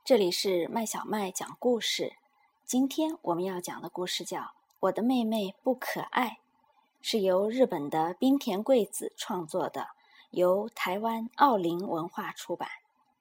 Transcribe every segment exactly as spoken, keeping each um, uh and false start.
这里是麦小麦讲故事。今天我们要讲的故事叫《我的妹妹不可爱》，是由日本的滨田贵子创作的，由台湾奥林文化出版。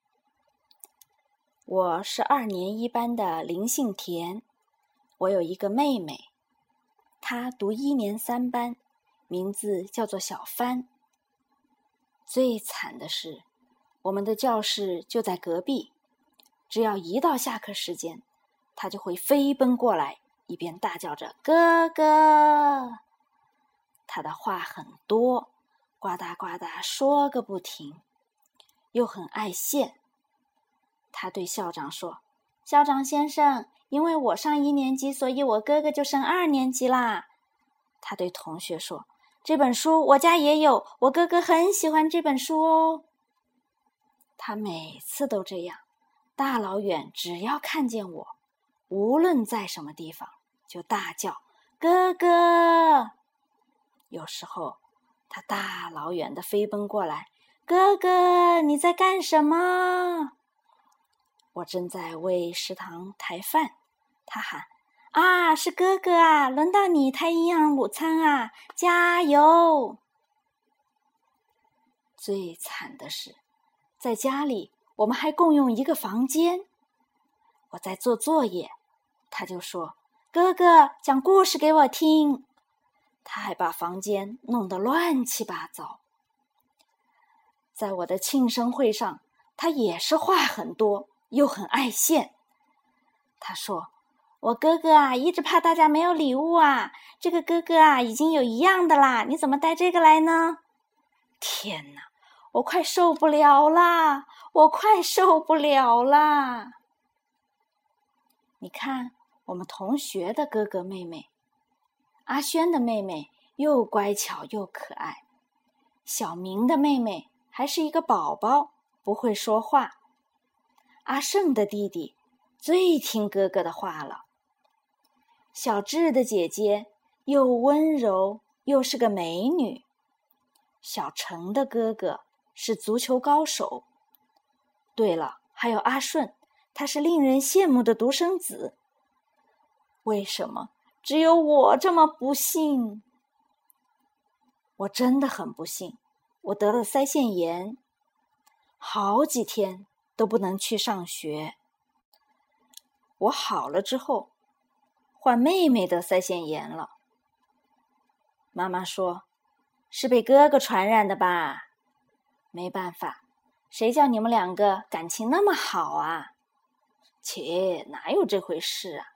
我是二年一班的林幸田，我有一个妹妹，她读一年三班，名字叫做小帆。最惨的是，我们的教室就在隔壁，只要一到下课时间，她就会飞奔过来，一边大叫着哥哥。她的话很多，呱嗒呱嗒说个不停，又很爱现。她对校长说，校长先生，因为我上一年级，所以我哥哥就升二年级啦。她对同学说，这本书我家也有，我哥哥很喜欢这本书哦。她每次都这样，大老远只要看见我，无论在什么地方，就大叫哥哥。有时候她大老远的飞奔过来，哥哥你在干什么？我正在为食堂抬饭，她喊，啊，是哥哥啊，轮到你抬营养午餐啊，加油！最惨的是，在家里我们还共用一个房间。我在做作业，他就说，哥哥讲故事给我听。他还把房间弄得乱七八糟。在我的庆生会上，他也是话很多，又很爱现。他说，我哥哥啊，一直怕大家没有礼物啊，这个哥哥啊，已经有一样的啦，你怎么带这个来呢？天哪，我快受不了啦，我快受不了啦。你看，我们同学的哥哥妹妹，阿轩的妹妹又乖巧又可爱，小明的妹妹还是一个宝宝，不会说话。阿胜的弟弟最听哥哥的话了。小智的姐姐又温柔又是个美女。小程的哥哥是足球高手。对了，还有阿顺，他是令人羡慕的独生子。为什么只有我这么不幸？我真的很不幸，我得了腮腺炎，好几天都不能去上学。我好了之后，换妹妹得腮腺炎了。妈妈说，是被哥哥传染的吧？没办法，谁叫你们两个感情那么好啊？切，哪有这回事啊？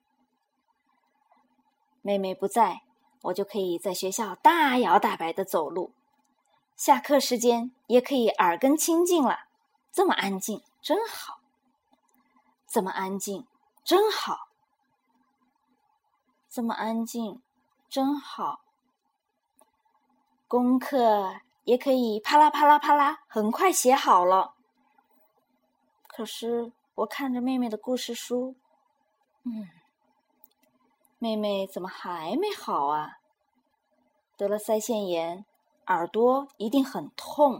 妹妹不在，我就可以在学校大摇大摆地走路，下课时间也可以耳根清净了。这么安静，真好。这么安静，真好。这么安静，真好。功课也可以啪啦啪啦啪啦，很快写好了。可是我看着妹妹的故事书，嗯，妹妹怎么还没好啊？得了腮腺炎，耳朵一定很痛。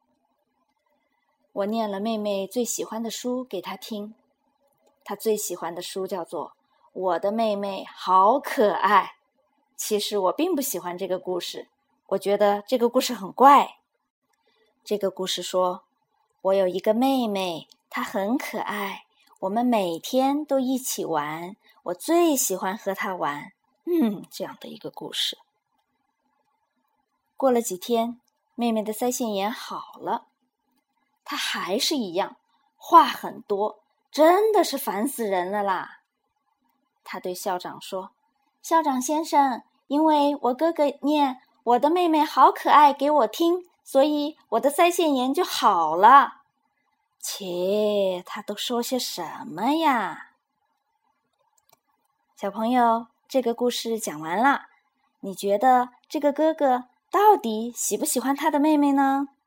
我念了妹妹最喜欢的书给她听，她最喜欢的书叫做《我的妹妹好可爱》。其实我并不喜欢这个故事，我觉得这个故事很怪。这个故事说，我有一个妹妹，她很可爱，我们每天都一起玩，我最喜欢和她玩。嗯，这样的一个故事。过了几天，妹妹的腮腺炎好了，她还是一样，话很多，真的是烦死人了啦。她对校长说，校长先生，因为我哥哥念我的妹妹好可爱给我听，所以我的腮腺炎就好了。切，他都说些什么呀？小朋友，这个故事讲完了，你觉得这个哥哥到底喜不喜欢他的妹妹呢？